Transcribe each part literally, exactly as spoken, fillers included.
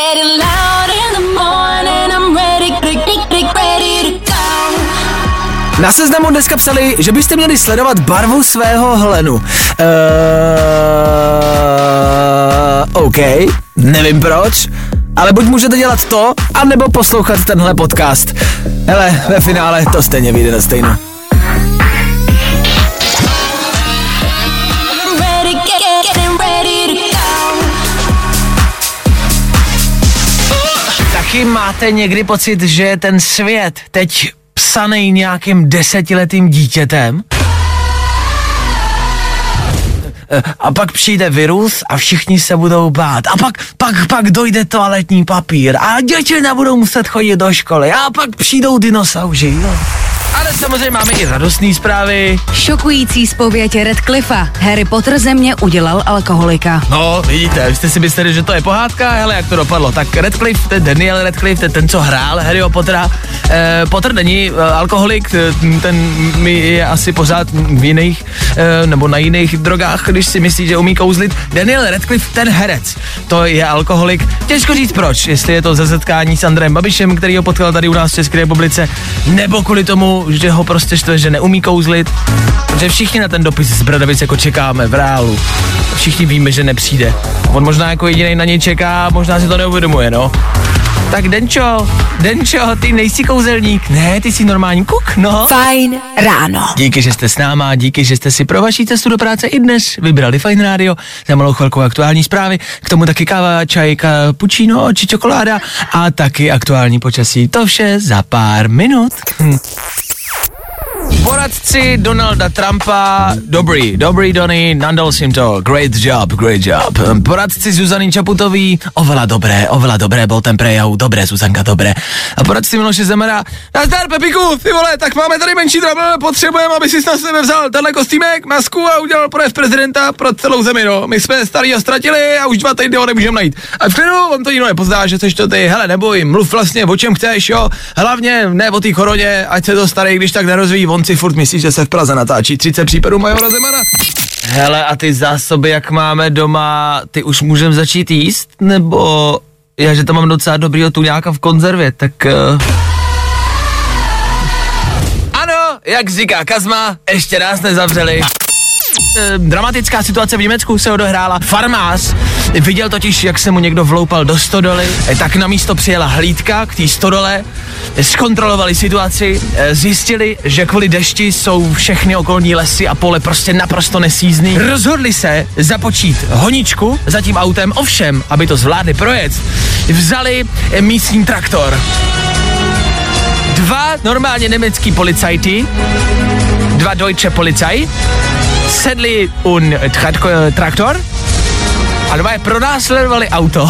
Na Seznamu dneska psali, že byste měli sledovat barvu svého hlenu. Uh, OK, nevím proč, ale buď můžete dělat to, anebo poslouchat tenhle podcast. Hele, ve finále to stejně vyjde na stejno. Taky máte někdy pocit, že ten svět teď psanej nějakým desetiletým dítětem? A pak přijde virus a všichni se budou bát. A pak, pak, pak dojde toaletní papír a děti nebudou muset chodit do školy. A pak přijdou dinosauři, jo. Ale samozřejmě máme i radostné zprávy. Šokující zpověď Radcliffa. Harry Potter ze mě udělal alkoholika. No, vidíte, vy jste si mysleli, že to je pohádka, hele, jak to dopadlo. Tak Radcliffe, ten Daniel Radcliffe, ten, ten co hrál Harryho Pottera. Eh, Potter není eh, alkoholik, ten mi je asi pořád v jiných, eh, nebo na jiných drogách, když si myslí, že umí kouzlit. Daniel Radcliffe, ten herec, to je alkoholik. Těžko říct proč, jestli je to ze setkání s Andrejem Babišem, který ho potkal tady u nás v České republice, nebo kvůli tomu, že ho prostě štve, že neumí kouzlit, že všichni na ten dopis z Bradavic jako čekáme v reálu. Všichni víme, že nepřijde. On možná jako jedinej na něj čeká, možná si to neuvědomuje, no. Tak Denčo, Denčo, ty nejsi kouzelník. Ne, ty jsi normální kuk, no. Fajn ráno. Díky, že jste s náma, díky, že jste si pro vaší cestu do práce i dnes vybrali Fajn rádio. Za malou chvilku aktuální zprávy, k tomu taky káva, čaj, cappuccino či čokoláda a taky aktuální počasí. To vše za pár minut. Hm. Poradci Donalda Trumpa, dobrý, dobrý Donny, nandal jsem to, great job, great job. Poradci Zuzany Čaputový, oveľa dobré, oveľa dobré, bol ten prejav, dobré, Zuzanka, dobré. A poradci Miloše Zemera, nazdar Pepiku, ty vole, tak máme tady menší trouble, potřebujeme, aby si na sebe vzal tenhle kostýmek, masku a udělal projev prezidenta pro celou zemi, no. My jsme starýho ztratili a už dva týdny ho nemůžeme najít. A v klidu, on to jinou nepozdá, že seš to ty, hele, neboj, mluv vlastně o čem chceš, jo, hlavně ne o té koroně, ať se to starý, když tak nerozvíjí, on si furt myslí, že se v Praze natáčí třicet případů Majora Zemana. Hele, a ty zásoby, jak máme doma, ty už můžem začít jíst? Nebo já, že tam mám docela dobrýho tuňáka v konzervě, tak... Uh... Ano, jak říká Kazma, ještě nás nezavřeli. E, dramatická situace v Německu se odehrála. Farmář viděl totiž, jak se mu někdo vloupal do stodoly, e, tak na místo přijela hlídka k té stodole, e, zkontrolovali situaci, e, zjistili, že kvůli dešti jsou všechny okolní lesy a pole prostě naprosto nesízný. Rozhodli se započít honičku za tím autem, ovšem, aby to zvládli projet, vzali e, místní traktor. Dva normálně německý policajti, dva Deutsche Polizei, sedli un tra- traktor a dva je pronásledovali auto.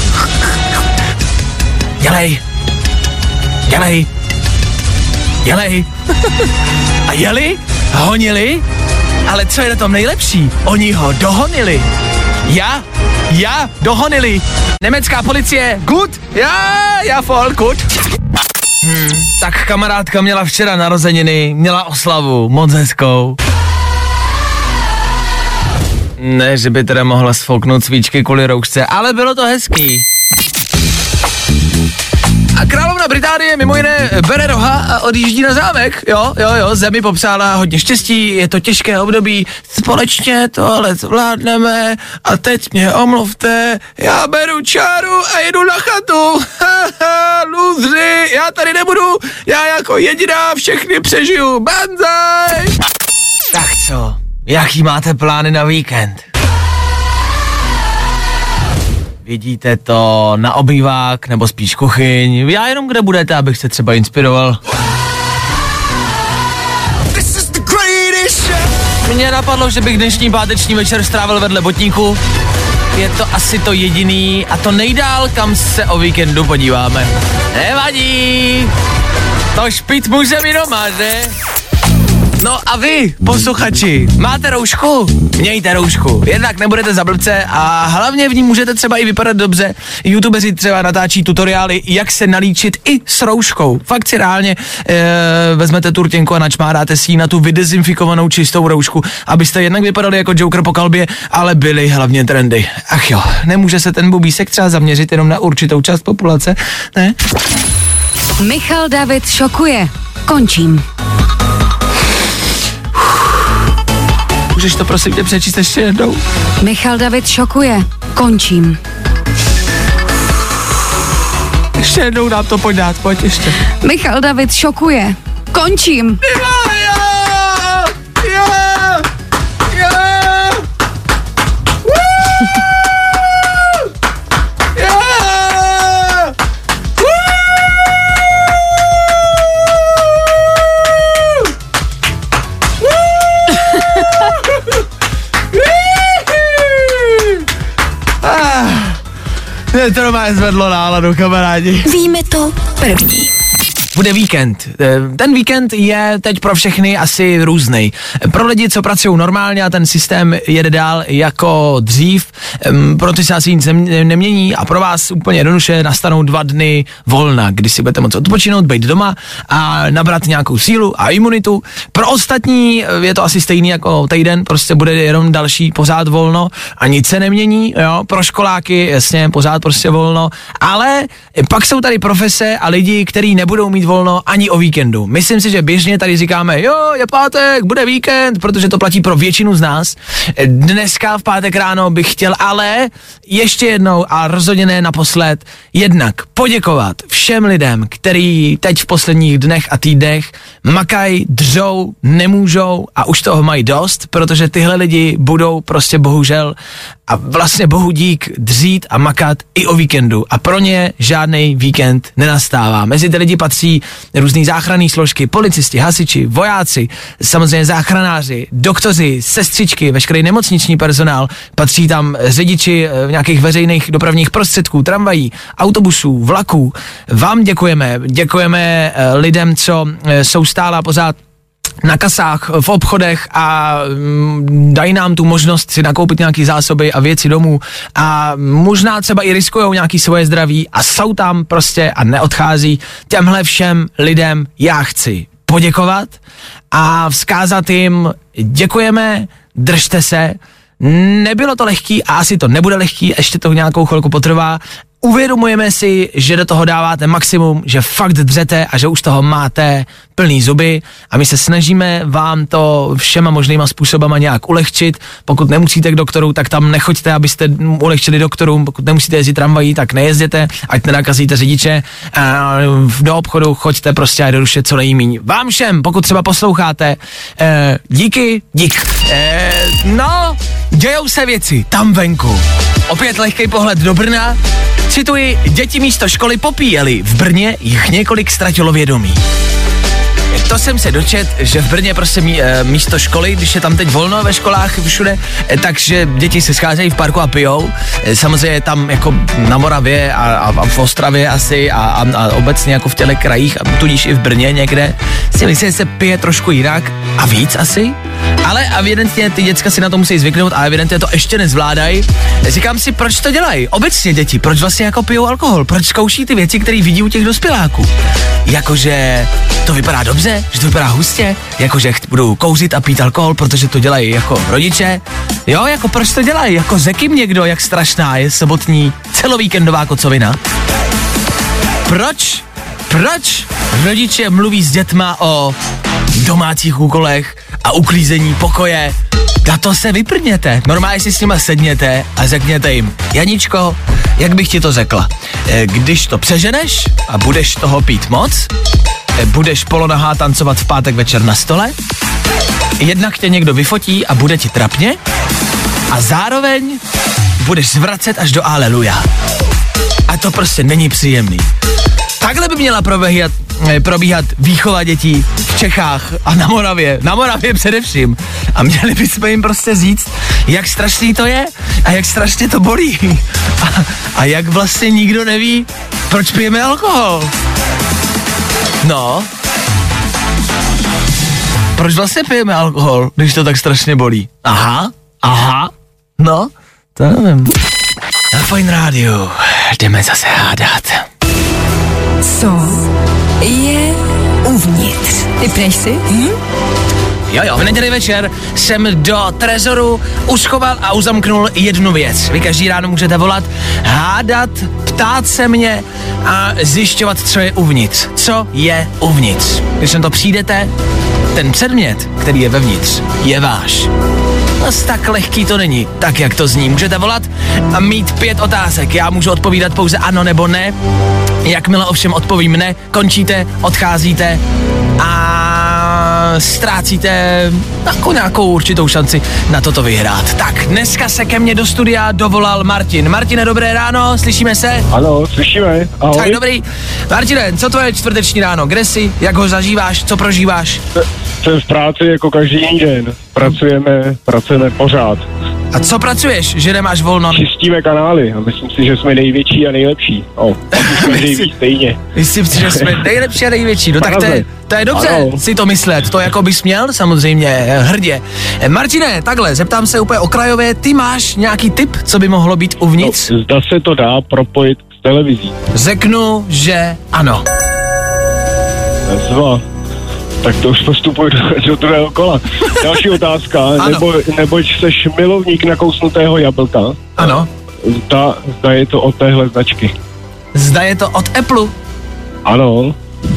Dělej, dělej, dělej. A jeli, honili, ale co je na tom nejlepší? Oni ho dohonili. Já, já, dohonili. Německá policie, good, já, já voll good. Hmm, tak kamarádka měla včera narozeniny, měla oslavu, moc hezkou. Ne, že by teda mohla sfouknout svíčky kvůli roušce, ale bylo to hezký. A královna Británie mimo jiné bere roha a odjíždí na zámek, jo, jo, jo, zemi popřála hodně štěstí, je to těžké období, společně to ale zvládneme a teď mě omluvte, já beru čáru a jedu na chatu, haha, lůzři, já tady nebudu, já jako jediná všechny přežiju, banzaj! Tak co, jaký máte plány na víkend? Vidíte to na obývák, nebo spíš kuchyň, já jenom kde budete, abych se třeba inspiroval. Mně napadlo, že bych dnešní páteční večer strávil vedle botníku. Je to asi to jediný a to nejdál, kam se o víkendu podíváme. Nevadí, to špít můžeme i doma, že? No a vy, posluchači, máte roušku? Mějte roušku, jednak nebudete za blbce a hlavně v ní můžete třeba i vypadat dobře. YouTubeři třeba natáčí tutoriály, jak se nalíčit i s rouškou. Fakt si reálně e, vezmete tu rtěnku a načmáráte si ji na tu vydezinfikovanou čistou roušku, abyste jednak vypadali jako Joker po kalbě, ale byli hlavně trendy. Ach jo, nemůže se ten bubísek třeba zaměřit jenom na určitou část populace, ne? Michal David šokuje. Končím. Můžeš to prosím tě přečíst ještě jednou? Michal David šokuje. Končím. Ještě jednou nám to pojď dát, pojď ještě. Michal David šokuje. Končím. Mě to normálně zvedlo náladu, kamarádi. Víme to první. Bude víkend. Ten víkend je teď pro všechny asi různej. Pro lidi, co pracují normálně a ten systém jede dál jako dřív, pro ty se asi nic nemění a pro vás úplně jednoduše nastanou dva dny volna, kdy si budete moct odpočinout, být doma a nabrat nějakou sílu a imunitu. Pro ostatní je to asi stejný jako týden, prostě bude jenom další pořád volno a nic se nemění, jo. Pro školáky jasně pořád prostě volno, ale pak jsou tady profese a lidi, kteří nebudou mít volno ani o víkendu. Myslím si, že běžně tady říkáme, jo, je pátek, bude víkend, protože to platí pro většinu z nás. Dneska v pátek ráno bych chtěl ale ještě jednou a rozhodně ne naposled jednak poděkovat všem lidem, kteří teď v posledních dnech a týdnech makají, dřou, nemůžou a už toho mají dost, protože tyhle lidi budou prostě bohužel a vlastně bohu dík dřít a makat i o víkendu a pro ně žádný víkend nenastává. Mezi ty lidi patří různý záchranné složky, policisti, hasiči, vojáci, samozřejmě záchranáři, doktoři, sestřičky, veškerý nemocniční personál, patří tam řidiči nějakých veřejných dopravních prostředků, tramvají, autobusů, vlaků. Vám děkujeme, děkujeme lidem, co jsou stále a pořád na kasách, v obchodech a mm, dají nám tu možnost si nakoupit nějaký zásoby a věci domů a možná třeba i riskujou nějaký svoje zdraví a jsou tam prostě a neodchází. Těmhle všem lidem já chci poděkovat a vzkázat jim děkujeme, držte se, nebylo to lehký a asi to nebude lehký, ještě to nějakou chvilku potrvá. Uvědomujeme si, že do toho dáváte maximum, že fakt dřete a že už toho máte plný zuby a my se snažíme vám to všema možnýma způsobama nějak ulehčit. Pokud nemusíte k doktoru, tak tam nechoďte, abyste ulehčili doktorům. Pokud nemusíte jezdit tramvají, tak nejezděte, ať nenakazíte řidiče. A do obchodu choďte prostě a jednoduše co nejmíň. Vám všem, pokud třeba posloucháte, eh, díky, dík. Eh, no, dějou se věci tam venku. Opět lehkej pohled do Brna. Cituji, děti místo školy popíjeli. V Brně jich několik ztratilo vědomí. To jsem se dočet, že v Brně prostě mí, e, místo školy, když je tam teď volno ve školách všude, e, takže děti se scházejí v parku a pijou. E, samozřejmě tam jako na Moravě a, a, a v Ostravě asi a, a, a obecně jako v těle krajích a tudíž i v Brně někde si myslím, že se pije trošku jinak a víc asi. Ale evidentně ty děcka si na to musí zvyknout a evidentně to ještě nezvládají. Říkám si, proč to dělají? Obecně děti, proč vlastně jako pijou alkohol? Proč zkouší ty věci, které vidí u těch dospěláků? Jakože to vypadá dobře, že to vypadá hustě, jakože budou kouřit a pít alkohol, protože to dělají jako rodiče. Jo, jako proč to dělají? Jako řekým někdo, jak strašná je sobotní celovíkendová kocovina. Proč? Proč rodiče mluví s dětma o domácích úkolech a uklízení pokoje? Na to se vyprdněte. Normálně si s nima sedněte a řekněte jim, Janičko, jak bych ti to řekla? Když to přeženeš a budeš toho pít moc, budeš polonahá tancovat v pátek večer na stole, jednak tě někdo vyfotí a bude ti trapně a zároveň budeš zvracet až do aleluja. A to prostě není příjemný. Takhle by měla probíhat, probíhat výchova dětí v Čechách a na Moravě, na Moravě především. A měli bychom jim prostě říct, jak strašný to je a jak strašně to bolí. A, a jak vlastně nikdo neví, proč pijeme alkohol. No. proč vlastně pijeme alkohol, když to tak strašně bolí? Aha, aha, no, to nevím. Na Fajn rádiu jdeme zase hádat. Co je uvnitř? Typneš si? Hm? Jo, jo, v neděli večer jsem do trezoru uschoval a uzamknul jednu věc. Vy každý ráno můžete volat, hádat, ptát se mě a zjišťovat, co je uvnitř. Co je uvnitř? Když na to přijdete, ten předmět, který je vevnitř, je váš. Asi tak lehký to není, tak jak to zní. Můžete volat a mít pět otázek. Já můžu odpovídat pouze ano nebo ne. Jakmile ovšem odpovím ne, končíte, odcházíte a ztrácíte jako nějakou určitou šanci na toto vyhrát. Tak, dneska se ke mně do studia dovolal Martin. Martine, dobré ráno, slyšíme se? Ano, slyšíme, ahoj. Tak dobrý. Martine, co tvoje čtvrteční ráno? Kde jsi? Jak ho zažíváš? Co prožíváš? Jsem v práci jako každý jiný den. Pracujeme, pracujeme pořád. A co pracuješ, že nemáš volno? Čistíme kanály a myslím si, že jsme největší a nejlepší. O, každý ví stejně. Myslím si, že jsme nejlepší a největší. No tak to je, to je dobře ano. Si to myslet. To jako bys měl samozřejmě hrdě. Martine, takhle, zeptám se úplně okrajově. Ty máš nějaký tip, co by mohlo být uvnitř? No, zda se to dá propojit s televizí. Řeknu, že ano. Zva. Tak to už postupuji do, do druhého kola. Další otázka, nebo, neboť seš milovník nakousnutého jablka. Ano. Zda, zda je to od téhle značky. Zda je to od Apple? Ano.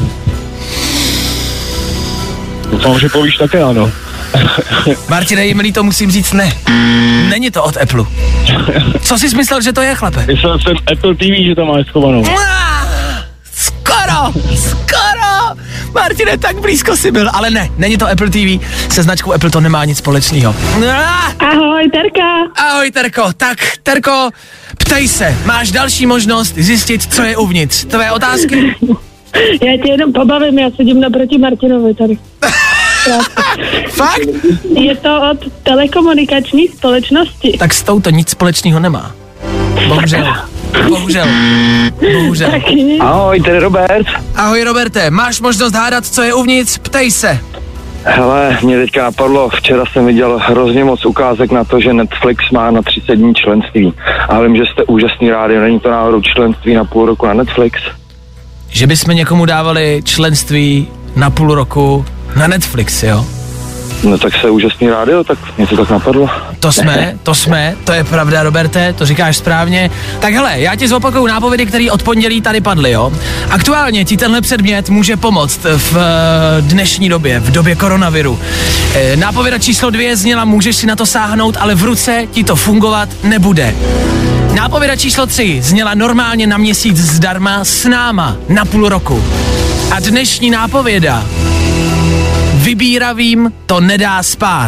Doufám, že povíš také ano. Martine, je milý, to musím říct ne. Není to od Apple. Co jsi myslel, že to je, chlape? Myslel jsem Apple T V, že to máš schovanou. Skoro, skoro. Martine, tak blízko si byl, ale ne, není to Apple T V, se značkou Apple to nemá nic společného. Ahoj, Terka. Ahoj, Terko. Tak, Terko, ptej se, máš další možnost zjistit, co je uvnitř. Tvé otázky? Já tě jenom pobavím, já sedím naproti Martinovi tady. Fakt? Je to od telekomunikační společnosti. Tak s touto nic společného nemá. Bohužel. Bohužel. Bohužel. Ahoj, tady Robert. Ahoj, Roberte, máš možnost hádat, co je uvnitř? Ptej se. Hele, mě teďka napadlo, včera jsem viděl hrozně moc ukázek na to, že Netflix má na třicet dní členství. A vím, že jste úžasný rádio, není to náhodou členství na půl roku na Netflix? Že bychom někomu dávali členství na půl roku na Netflix, jo? No tak se úžasný rádio, tak mě to tak napadlo. To jsme, to jsme, to je pravda, Roberte, to říkáš správně. Tak hele, já ti zopakuju nápovědy, které od pondělí tady padly, jo. Aktuálně ti tenhle předmět může pomoct v dnešní době, v době koronaviru. Nápověda číslo dvě zněla, můžeš si na to sáhnout, ale v ruce ti to fungovat nebude. Nápověda číslo tři zněla normálně na měsíc zdarma s náma na půl roku. A dnešní nápověda: vybíravým to nedá spát.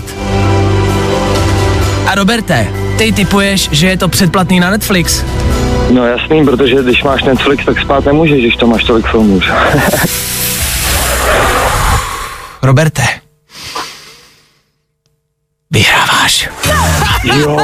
A Roberte, ty tipuješ, že je to předplatný na Netflix? No jasný, protože když máš Netflix, tak spát nemůžeš, když to máš tolik filmů. Roberte, vyhráváš. Jo,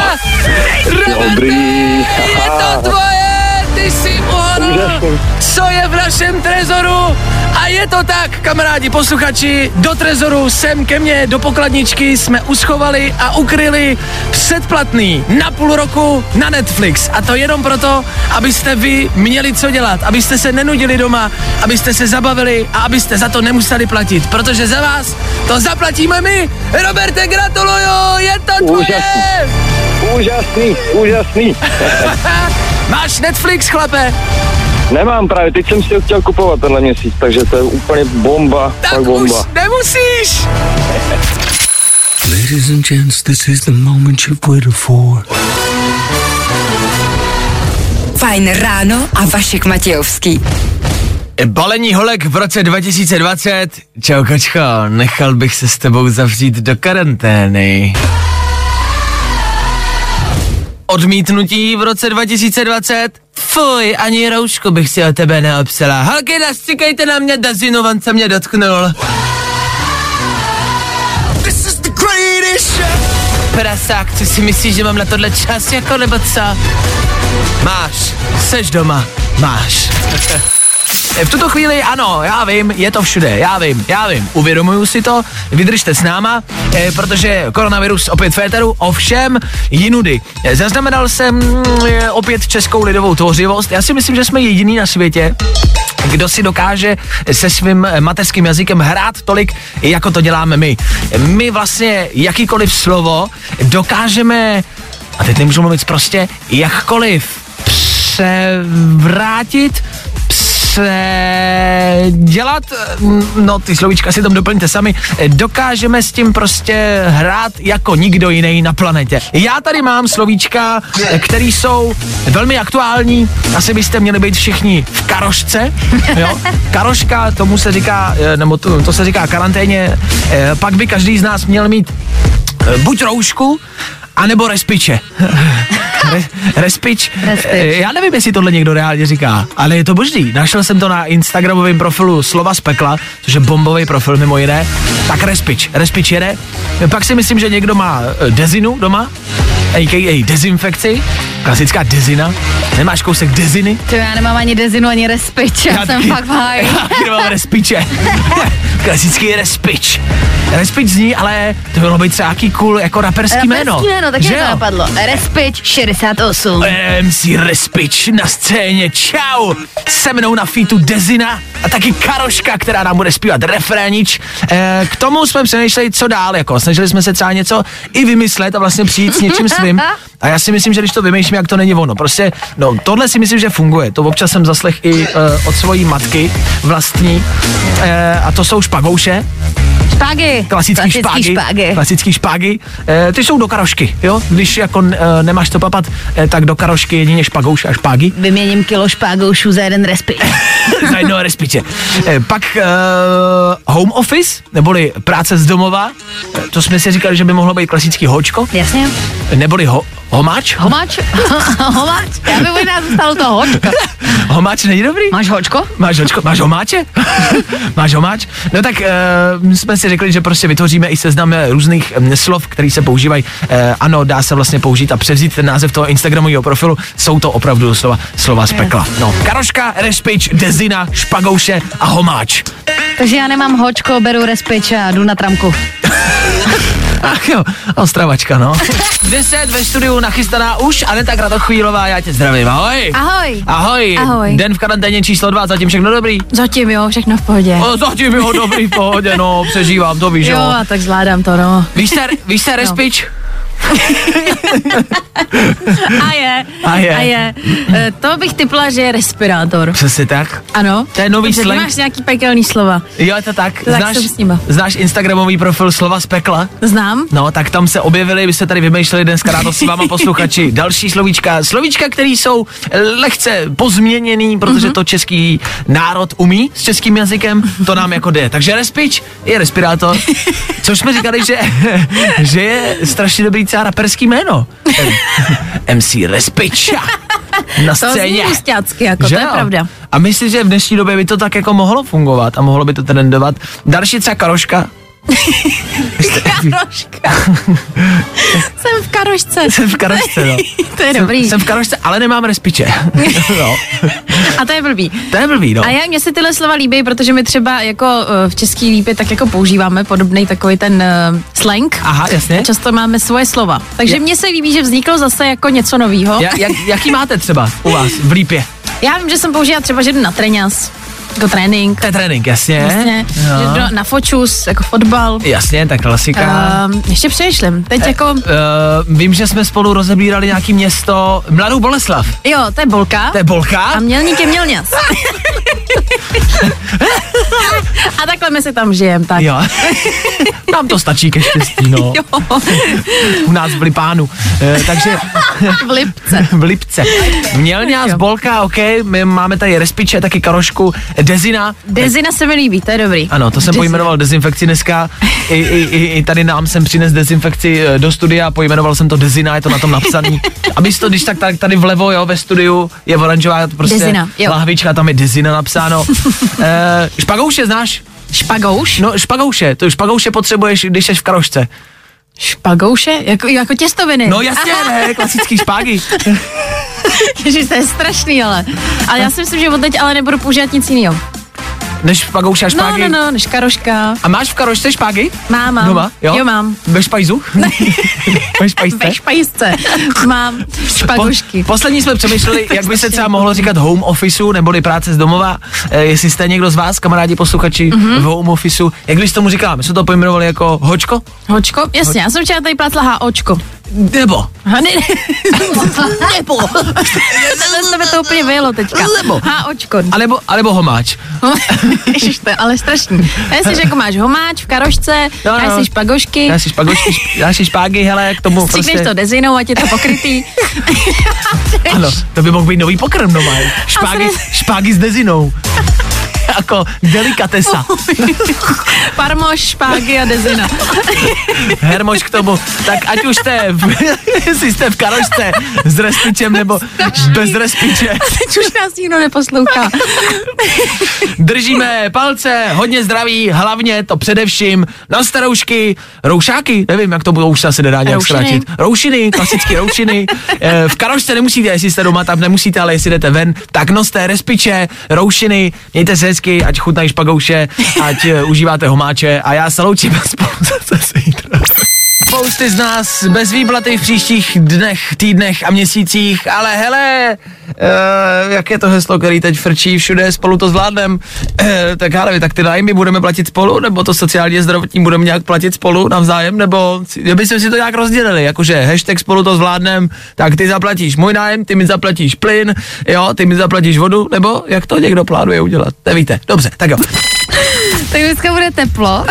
dobrý. Je to tvoje, ty jsi uhodl, co je v našem trezoru. A je to tak, kamarádi, posluchači, do trezoru sem ke mně, do pokladničky jsme uschovali a ukryli předplatný na půl roku na Netflix. A to jenom proto, abyste vy měli co dělat, abyste se nenudili doma, abyste se zabavili a abyste za to nemuseli platit, protože za vás to zaplatíme my. Roberte, gratuluju, je to tvoje! Úžasný, úžasný, úžasný. Máš Netflix, chlape? Nemám právě, teď jsem si ho chtěl kupovat tenhle měsíc, takže to je úplně bomba, tak tak bomba. už nemusíš! Ladies and gents, this is the moment you've waited for. Fajn ráno a Vašek Matějovský. Balení holek v roce dva tisíce dvacet. Čau, kočko, nechal bych se s tebou zavřít do karantény. Odmítnutí v roce dva tisíce dvacet. Fuj, ani roušku bych si o tebe neobsala. Holky, nastříkejte na mě, Dazinovan se mě dotknul. Prasák, co si myslíš, že mám na tohle čas, jako nebo co? Máš, seš doma, máš. V tuto chvíli ano, já vím, je to všude, já vím, já vím, uvědomuju si to, vydržte s náma, eh, protože koronavirus opět v éteru, ovšem jinudy. Zaznamenal jsem eh, opět českou lidovou tvořivost, já si myslím, že jsme jediný na světě, kdo si dokáže se svým mateřským jazykem hrát tolik, jako to děláme my. My vlastně jakýkoliv slovo dokážeme, a teď nemůžu mluvit prostě, jakkoliv převrátit, dělat, no ty slovíčka si tam doplňte sami, dokážeme s tím prostě hrát jako nikdo jiný na planetě. Já tady mám slovíčka, které jsou velmi aktuální, asi byste měli být všichni v karošce, jo? Karoška, tomu se říká, nebo to, to se říká karanténě, pak by každý z nás měl mít buď roušku, anebo respiče. Re, respič. Respič. Já nevím, jestli tohle někdo reálně říká, ale je to božný. Našel jsem to na instagramovém profilu Slova z pekla, což je bombový profil mimo jiné. Tak respič. Respič jede. Pak si myslím, že někdo má dezinu doma, a ká a dezinfekci. Klasická dezina. Nemáš kousek deziny? To já nemám ani dezinu, ani respič. Já, já jsem taky, fakt v háji. Já taky nemám respiče. Klasický respič. Respič zní, ale to bylo být třeba jaký cool jako raperský jméno. Raperský jméno, tak mě to napadlo. Respič šedesát osm. em cé Respič na scéně, čau. Se mnou na featu Dezina a taky Karoška, která nám bude zpívat refrénič. E, k tomu jsme přemýšleli, co dál, jako snažili jsme se třeba něco i vymyslet a vlastně přijít s něčím svým. A já si myslím, že když to vymýšlím, jak to není ono. Prostě, no, tohle si myslím, že funguje. To občas jsem zaslech i uh, od svojí matky vlastní. Uh, a to jsou špagouše. Špágy. Klasický, Klasický špágy. špágy. Klasický špágy. E, ty jsou do karošky, jo? Když jako e, nemáš to papat, e, tak do karošky jedině špagouše a špágy. Vyměním kilo špágoušů za jeden respič. Za jednoho respiče. E, pak e, home office, neboli práce z domova. E, to jsme si říkali, že by mohlo být klasický hočko. Jasně. Neboli ho, homáč. Homáč? Homáč? Já bych možná zůstalo toho hočka. Homáč není dobrý? Máš hočko? Máš hočko? Máš homáče? Máš homáč? No tak e, jsme si řekli, že prostě vytvoříme i seznam různých e, slov, které se používají. E, ano, dá se vlastně použít a převzít ten název toho instagramového profilu. Jsou to opravdu slova, slova z pekla. No. Karoška, respič, dezina, špagouše a homáč. Takže já nemám hočko, beru respič a jdu na tramku. Ach jo, ostravačka, no. Deset ve studiu nachystaná už, Aneta Kratochvílová, já tě zdravím, ahoj. Ahoj. Ahoj. Ahoj. Den v karanténě číslo dva, zatím všechno dobrý? Zatím jo, všechno v pohodě. O, zatím jo, dobrý, v pohodě, no, přežívám, to víš, jo. Jo, a tak zvládám to, no. Víš se, víš se respič? No. A je, a je. A je. E, to bych typla, že je respirátor. Přesně tak. Ano. To je nový slang. Máš nějaký pekelný slova. Jo, je to tak. To Znáš, tak s nima. Znáš instagramový profil Slova z pekla? Znám. No, tak tam se objevili, vy jste tady vymýšleli dneska ráno s váma posluchači další slovíčka. Slovíčka, které jsou lehce pozměněný, protože mm-hmm. to český národ umí s českým jazykem, to nám jako jde. Takže respič je respirátor, což jsme říkali, že, že je strašně dobrý třeba raperský jméno. em cé Respiča na scéně. To zní úsťácky, jako, že to je jo? Pravda. A myslím, že v dnešní době by to tak jako mohlo fungovat a mohlo by to trendovat. Další třeba Karoška. Karoška. Jsem v karošce. Jsem v karošce, no. To je jsem, dobrý. Jsem v karošce, ale nemám respiče. No. A to je blbý. To je blbý, no. A já, mně se tyhle slova líbí, protože my třeba jako v český lípě tak jako používáme podobný takový ten uh, slang. Aha, jasně. Často máme svoje slova. Takže mně se líbí, že vzniklo zase jako něco novýho. Ja, jak, jaký máte třeba u vás v lípě? Já vím, že jsem použila třeba, že jdu na treňas. Jako trénink. To je trénink, jasně. Jasně, no. Že do, na fočus, jako fotbal. Jasně, tak klasika. Uh, ještě přemýšlím, teď e, jako... Uh, vím, že jsme spolu rozebírali nějaký město, Mladou Boleslav. Jo, to je Bolka. To je Bolka. A Mělník je Mělňas. A takhle my si tam žijem, tak. Jo. Nám to stačí ke štěstí, no. Jo. U nás v Lipánu. E, takže... V Lipce. V Lipce. Mělňas, Bolka, ok, my máme tady respiče, taky Karošku, Dezina. Dezina se mi líbí, to je dobrý. Ano, to jsem Dezina. Pojmenoval dezinfekci dneska. I, i, i, I tady nám jsem přines dezinfekci do studia, pojmenoval jsem to Dezina, je to na tom napsaný. Abys to, když tak tady vlevo, jo, ve studiu je oranžová prostě Dezina, lahvička, tam je Dezina napsáno. e, špagouše znáš? Špagouš? No, špagouše, to špagouše potřebuješ, když jsi v Karošce. Špagouše? Jako, jako těstoviny? No jasně, ne, klasický špágy. Ježiš, to je strašný, ale. Ale já si myslím, že od teď ale nebudu používat nic jiného. Než špagouše a špágy? No, no, no, než karoška. A máš v karošce špágy? Mám, mám. Doma, jo? Jo, mám. Ve špajzu? Ve špajzce? Ve špajzce. Mám špagošky. Po, poslední jsme přemýšleli, jak by se třeba mohlo říkat home officeu, neboli práce z domova. E, jestli jste někdo z vás, kamarádi posluchači, mm-hmm. v home officeu, jak bys tomu říkala? My jsme to pojmenovali jako hočko? Hočko? Jasně, Hoč... já jsem včera tady plátla háočko. Nebo. Ha, ne, nebo. Tebe to úplně vyjelo teďka. Nebo. Háočko. Alebo, alebo homáč. Ježiš, to je ale strašný. Já si jako máš homáč v karošce, no, no. dáš si špagošky. Dáš si špagošky, dáš si špágy, hele, k tomu stříkneš prostě. to dezinou, ať je to pokrytý. Ano, to by mohl být nový pokrm doma. Špágy, špágy s dezinou. Jako delikatesa. Parmoš, špágy a dezina. Hermoš k tomu. Tak ať už jste, v, jestli jste v karošce s respičem nebo bez respiče. Teď už nás nikdo neposlouchá. Držíme palce, hodně zdraví, hlavně to především, noste roušky, roušáky, nevím, jak to budou, už se asi nedá nějak zkrátit. Roušiny, klasické roušiny. V karošce nemusíte, jestli jste doma, tam nemusíte, ale jestli jdete ven, tak noste respiče, roušiny, mějte se hezky, ať chutnají špagouše, ať uh, užíváte homáče a já se loučím a spolu zase zítra. Spousty z nás bez výplaty v příštích dnech, týdnech a měsících, ale hele, uh, jak je to heslo, který teď frčí všude, spolu to zvládnem, uh, tak já nevím, tak ty nájmy budeme platit spolu, nebo to sociálně zdravotní budeme nějak platit spolu navzájem, nebo bychom si to nějak rozdělili, jakože hashtag spolu to zvládnem, tak ty zaplatíš můj nájem, ty mi zaplatíš plyn, jo, ty mi zaplatíš vodu, nebo jak to někdo plánuje udělat, nevíte, dobře, tak jo. Tak dneska bude teplo.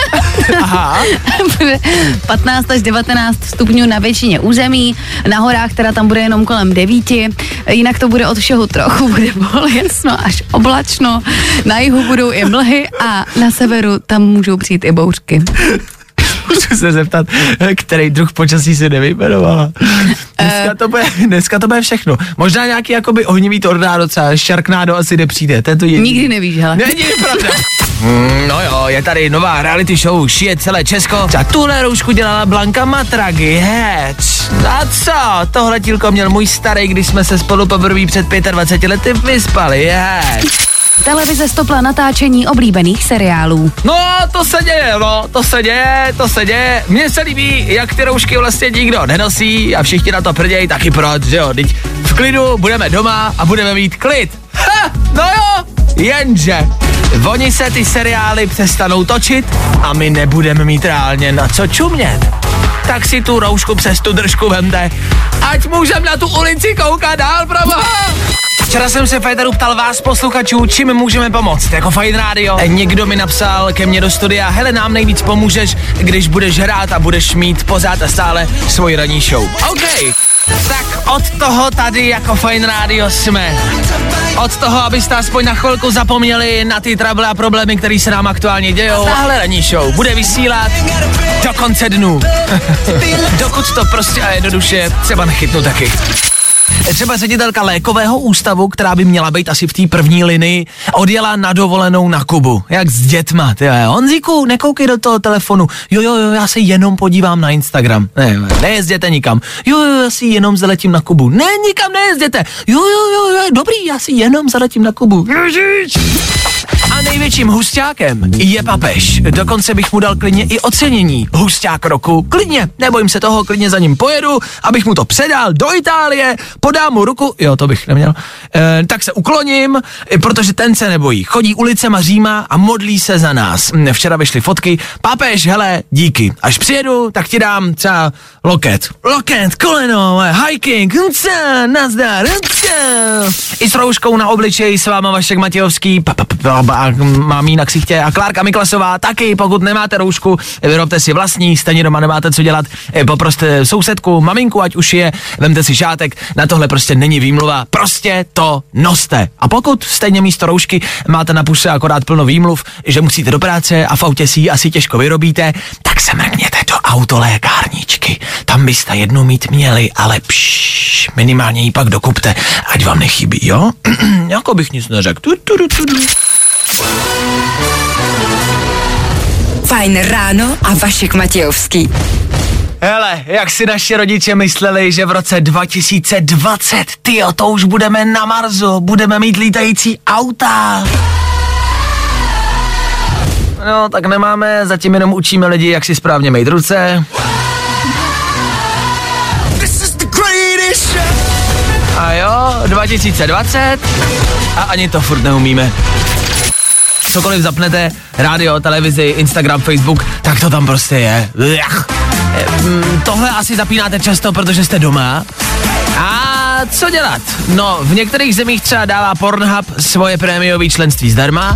Aha. Bude patnáct až devatenáct stupňů na většině území, na horách teda tam bude jenom kolem devíti, jinak to bude od všeho trochu, bude poljasno až oblačno, na jihu budou i mlhy a na severu tam můžou přijít i bouřky. Můžu se zeptat, který druh počasí si nevyjmenovala. Dneska to bude, dneska to bude všechno. Možná nějaký jakoby ohnivý tornádo, třeba Sharknado asi nepřijde. Tento je... Nikdy nevíš, hele. Není pravda. Mm, no jo, je tady nová reality show, šije celé Česko. A tuhle roušku dělala Blanka Matragi, hec. A co? Tohle dílko měl můj starý, když jsme se spolu poprvé před dvaceti pěti lety vyspali, hec. Televize stopla natáčení oblíbených seriálů. No, to se děje, no, to se děje, to se děje. Mně se líbí, jak ty roušky vlastně nikdo nenosí a všichni na to prdějí, taky proč, že jo, teď v klidu budeme doma a budeme mít klid. Ha, no jo, jenže oni se ty seriály přestanou točit a my nebudeme mít reálně na co čumět. Tak si tu roušku přes tu držku vemte, ať můžeme na tu ulici koukat dál, proboha. Včera jsem se Fajtaru ptal vás posluchačů, čím můžeme pomoct, jako Fajn Radio. Někdo mi napsal ke mně do studia, hele, nám nejvíc pomůžeš, když budeš hrát a budeš mít pořád a stále svoji ranní show. OK, tak od toho tady jako Fajn Radio jsme. Od toho, abyste aspoň na chvilku zapomněli na ty trable a problémy, které se nám aktuálně dějou. Tahle ranní show bude vysílat do konce dnů. Dokud to prostě a jednoduše třeba nechytnu taky. Třeba ředitelka lékového ústavu, která by měla být asi v té první linii, odjela na dovolenou na Kubu. Jak s dětma, ty Honzíku, nekoukej do toho telefonu. Jo, jo, jo, já se jenom podívám na Instagram. Ne, nejezděte nikam. Jo, jo, já si jenom zaletím na Kubu. Ne, nikam nejezděte. Jo, jo, jo, jo, dobrý, já si jenom zaletím na Kubu. Ježiš. A největším husťákem je papež. Dokonce bych mu dal klidně i ocenění. Husťák roku. Klidně, nebojím se toho, klidně za ním pojedu, abych mu to předal do Itálie, podám mu ruku, jo, to bych neměl, e, tak se ukloním, protože ten se nebojí. Chodí ulicema Říma a modlí se za nás. Včera vyšly fotky. Papež, hele, díky. Až přijedu, tak ti dám třeba loket. Loket, koleno, hiking, nca, nazdar, nca. I s rouškou na obličeji s váma Vašek Matějovský, pa, pa, pa, pa, mám jí na ksichtě a Klárka Miklasová taky, pokud nemáte roušku, vyrobte si vlastní, stejně doma nemáte co dělat, poproste sousedku, maminku, ať už je, vemte si šátek, na tohle prostě není výmluva, prostě to noste. A pokud stejně místo roušky máte na puse akorát plno výmluv, že musíte do práce a v autě si ji asi těžko vyrobíte, tak se mrkněte do autolékárničky. Tam byste jednu mít měli, ale pšš, minimálně ji pak dokupte, ať vám nechybí, jo? Jako bych nic neřekl. Tu, tu, tu, tu. Fajn ráno a Vašek Matějovský. Hele, jak si naši rodiče mysleli, že v roce dva tisíce dvacet, tyjo, to už budeme na Marsu, budeme mít lítající auta. No, tak nemáme, zatím jenom učíme lidi, jak si správně mejt ruce. A jo, dva tisíce dvacet a ani to furt neumíme. Cokoliv zapnete, rádio, televizi, Instagram, Facebook, tak to tam prostě je. Tohle asi zapínáte často, protože jste doma. A co dělat? No, v některých zemích třeba dává Pornhub svoje prémiové členství zdarma.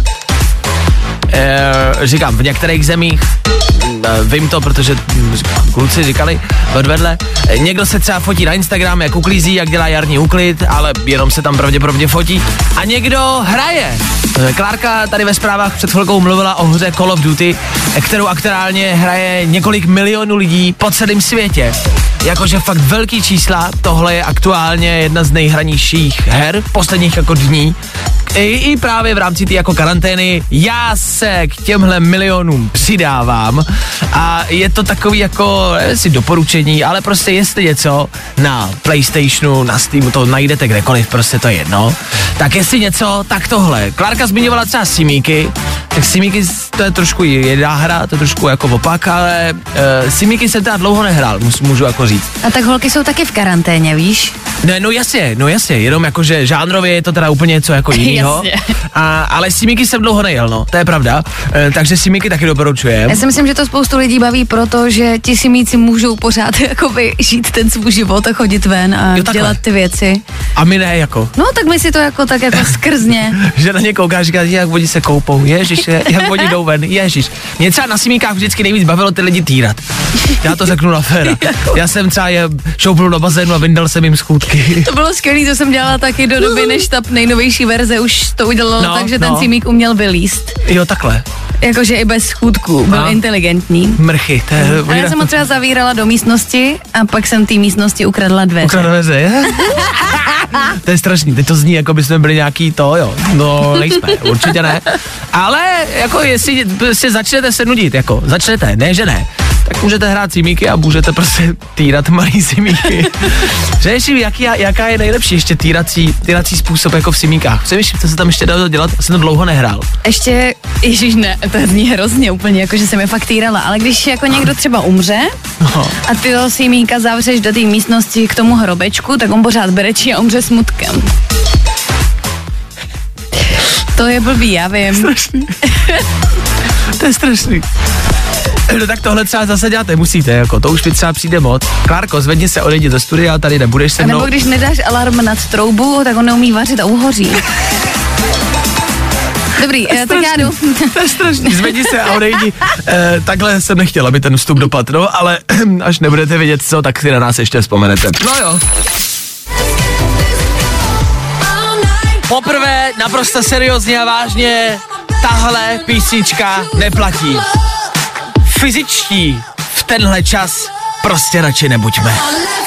E, říkám, v některých zemích, e, vím to, protože říkám, kluci říkali odvedle, e, někdo se třeba fotí na Instagram, jak uklízí, jak dělá jarní úklid, ale jenom se tam pravděpodobně fotí. A někdo hraje. E, Klárka tady ve zprávách před chvilkou mluvila o hře Call of Duty, kterou aktuálně hraje několik milionů lidí po celém světě. Jakože fakt velký čísla, tohle je aktuálně jedna z nejhranějších her posledních jako dní. I, i právě v rámci té jako karantény já se k těmhle milionům přidávám a je to takový jako, nevím si doporučení, ale prostě jestli něco na PlayStationu, na Steamu, to najdete kdekoliv, prostě to je jedno, tak jestli něco, tak tohle. Klárka zmiňovala třeba Simíky, tak Simíky to je trošku jiná hra, to je trošku jako opak, ale uh, Simíky jsem teda dlouho nehrál, můžu jako říct. A tak holky jsou taky v karanténě, víš? Ne, no jasně, no jasně, jenom jakože žánrově je to teda úplně něco jako jinýho. A, ale Simíky jsem dlouho nejel, no, to je pravda, e, takže Simíky taky doporučujem. Já si myslím, že to spoustu lidí baví, protože ti Simíci můžou pořád jakoby žít ten svůj život a chodit ven a jo, dělat ty věci. A my ne, jako. No, tak my si to jako tak jako skrzně. Že na ně koukáš, říkáš, jak oni se koupou, ježiš, jak oni jdou ven, ježiš. Mě třeba na Simíkách vždycky nejvíc bavilo ty lidi týrat. Já to řeknu na féra. Já jsem třeba je šoupnul do bazénu a vyndal jsem jim schůdky. To bylo skvělý, to jsem dělala taky do doby, než ta nejnovější verze už to udělala no, tak, že no. ten Simík uměl vylíst. Jo, takhle. Jakože i bez schůdku, byl a. inteligentní. Mrchy, to je... A já jsem ho třeba zavírala do místnosti a pak jsem té místnosti ukradla dveře. Ukradla dveře, je? To je strašný, teď to zní, jako by jsme byli nějaký to, jo. No, nejsme, určitě ne. Ale, jako jestli se začnete se nudit, jako, začnete, ne, že ne. Tak můžete hrát Simíky a můžete prostě týrat malý Simíky. Řeším, jaký, jaká je nejlepší ještě týrací, týrací způsob jako v Simíkách. Přemýšlím, co se tam ještě dalo dělat, jsem to dlouho nehrál. Ještě, ježiš ne, to zní hrozně úplně, jako že jsem je fakt týrala, ale když jako někdo třeba umře no. a ty toho Simíka zavřeš do té místnosti k tomu hrobečku, tak on pořád brečí a umře smutkem. To je blbý, já vím. Strašný. To je strašný. No tak tohle třeba zase děláte, musíte, jako, to už mi třeba přijde moc. Klárko, zvedni se, odejdi do studia, tady nebudeš se mnou. A nebo když nedáš alarm nad troubu, tak on neumí vařit a uhoří. Dobrý, eh, tak já jdu. To je strašný, zvedni se a odejdi. Eh, takhle jsem nechtěla, aby ten vstup dopadl, no, ale až nebudete vědět co, tak si na nás ještě vzpomenete. No jo. Poprvé, naprosto seriózně a vážně, tahle písnička neplatí. Fyzičtí v tenhle čas prostě radši nebuďme.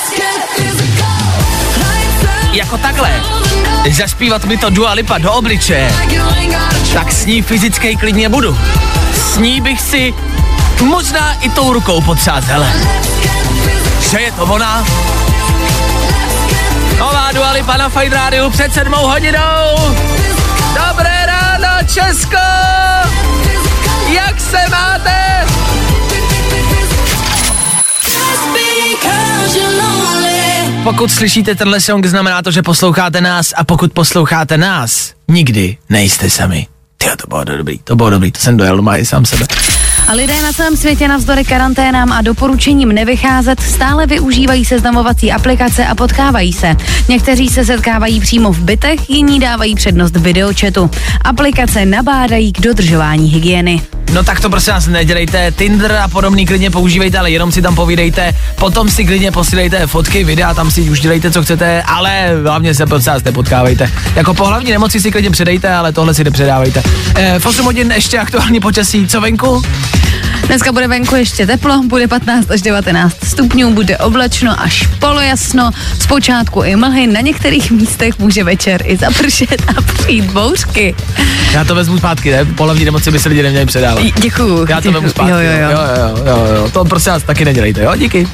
Jako takhle, zaspívat mi to Dua Lipa do obličeje, tak s ní fyzicky klidně budu. S ní bych si možná i tou rukou potřát, hele. Že je to ona? Nová Dua Lipa na Fajn rádiu před sedmou hodinou. Dobré ráno, Česko! Jak se máte? Pokud slyšíte tenhle song, znamená to, že posloucháte nás a pokud posloucháte nás, nikdy nejste sami. Tyjo, to bylo dobrý, to bylo dobrý, to jsem dojel doma i sám sebe. A lidé na celém světě navzdory karanténám a doporučením nevycházet stále využívají seznamovací aplikace a potkávají se. Někteří se setkávají přímo v bytech, jiní dávají přednost videochatu. Aplikace nabádají k dodržování hygieny. No tak to prostě nás nedělejte, Tinder a podobný klidně používejte, ale jenom si tam povídejte, potom si klidně posílejte fotky, videa, tam si už dělejte, co chcete, ale hlavně se prostě nás nepotkávejte. Jako po hlavní nemoci si klidně předejte, ale tohle si nepředávejte. E, v osm hodin ještě aktuální počasí, co venku? Dneska bude venku ještě teplo, bude patnáct až devatenáct stupňů, bude oblačno až polojasno, zpočátku i mlhy, na některých místech může večer i zapršet a přijít bouřky. Já to vezmu zpátky, ne? Pohlavní nemoci by se lidi neměli předávat. Děkuju. Já to vemu zpátky. Jo, jo, jo. jo, jo, jo, jo. To prostě vás taky nedělejte, jo? Díky.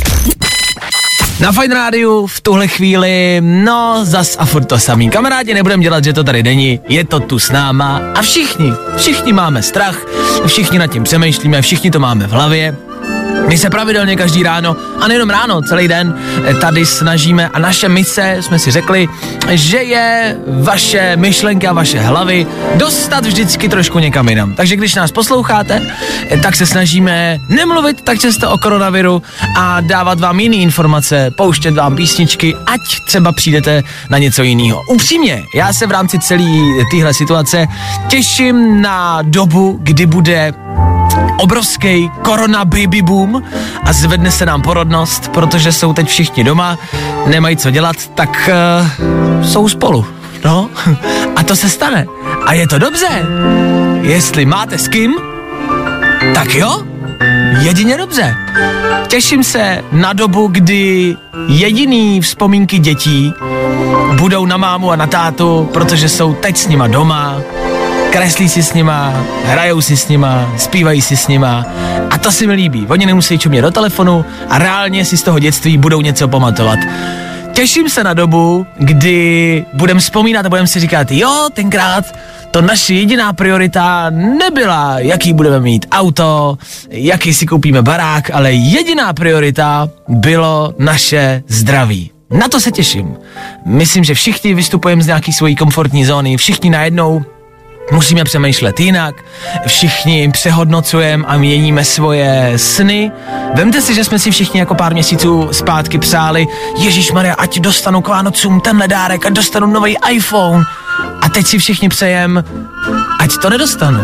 Na Fajn rádiu v tuhle chvíli, no zas a furt to samý. Kamarádi, nebudem dělat, že to tady není, je to tu s náma a všichni, všichni máme strach, všichni nad tím přemýšlíme, všichni to máme v hlavě. My se pravidelně každý ráno, a nejenom ráno, celý den tady snažíme a naše mise, jsme si řekli, že je vaše myšlenky a vaše hlavy dostat vždycky trošku někam jinam. Takže když nás posloucháte, tak se snažíme nemluvit tak často o koronaviru a dávat vám jiné informace, pouštět vám písničky, ať třeba přijdete na něco jiného. Upřímně, já se v rámci celé téhle situace těším na dobu, kdy bude obrovský korona baby boom a zvedne se nám porodnost, protože jsou teď všichni doma, nemají co dělat, tak uh, jsou spolu, no. A to se stane. A je to dobře. Jestli máte s kým, tak jo, jedině dobře. Těším se na dobu, kdy jediný vzpomínky dětí budou na mámu a na tátu, protože jsou teď s nima doma, kreslí si s nima, hrajou si s nima, zpívají si s nima a to si mi líbí. Oni nemusí čumět do telefonu a reálně si z toho dětství budou něco pamatovat. Těším se na dobu, kdy budeme vzpomínat a budeme si říkat, jo, tenkrát to naše jediná priorita nebyla, jaký budeme mít auto, jaký si koupíme barák, ale jediná priorita bylo naše zdraví. Na to se těším. Myslím, že všichni vystupujeme z nějaký svojí komfortní zóny, všichni najednou musíme přemýšlet jinak, všichni přehodnocujeme a měníme svoje sny. Vemte si, že jsme si všichni jako pár měsíců zpátky přáli, Ježišmarja, ať dostanu k Vánocům tenhle dárek, ať dostanu nový iPhone. A teď si všichni přejem, ať to nedostanu.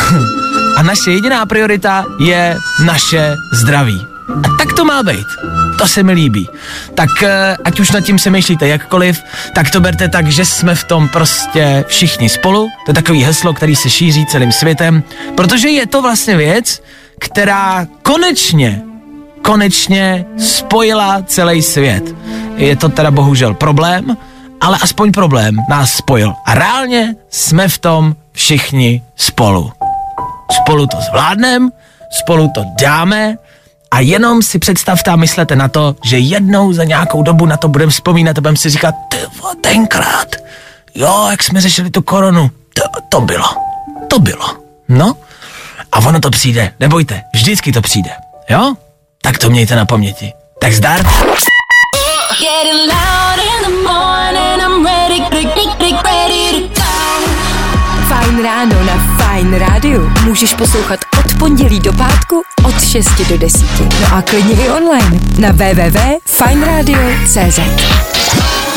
A naše jediná priorita je naše zdraví. A tak to má být. To se mi líbí. Tak ať už nad tím se myšlíte jakkoliv, tak to berte tak, že jsme v tom prostě všichni spolu. To je takový heslo, který se šíří celým světem, protože je to vlastně věc, která konečně, konečně spojila celý svět. Je to teda bohužel problém, ale aspoň problém nás spojil. A reálně jsme v tom všichni spolu. Spolu to zvládneme, spolu to dáme, a jenom si představte a myslete na to, že jednou za nějakou dobu na to budeme vzpomínat a budeme si říkat, tyvo, tenkrát, jo, jak jsme řešili tu koronu, to, to bylo, to bylo, no. A ono to přijde, nebojte, vždycky to přijde, jo? Tak to mějte na paměti. Tak zdar. Fajn ráno na Fajn rádiu můžeš poslouchat od pondělí do pátku od šesti do desíti. No a klidně i online na w w w tečka fajn radio tečka cé zet.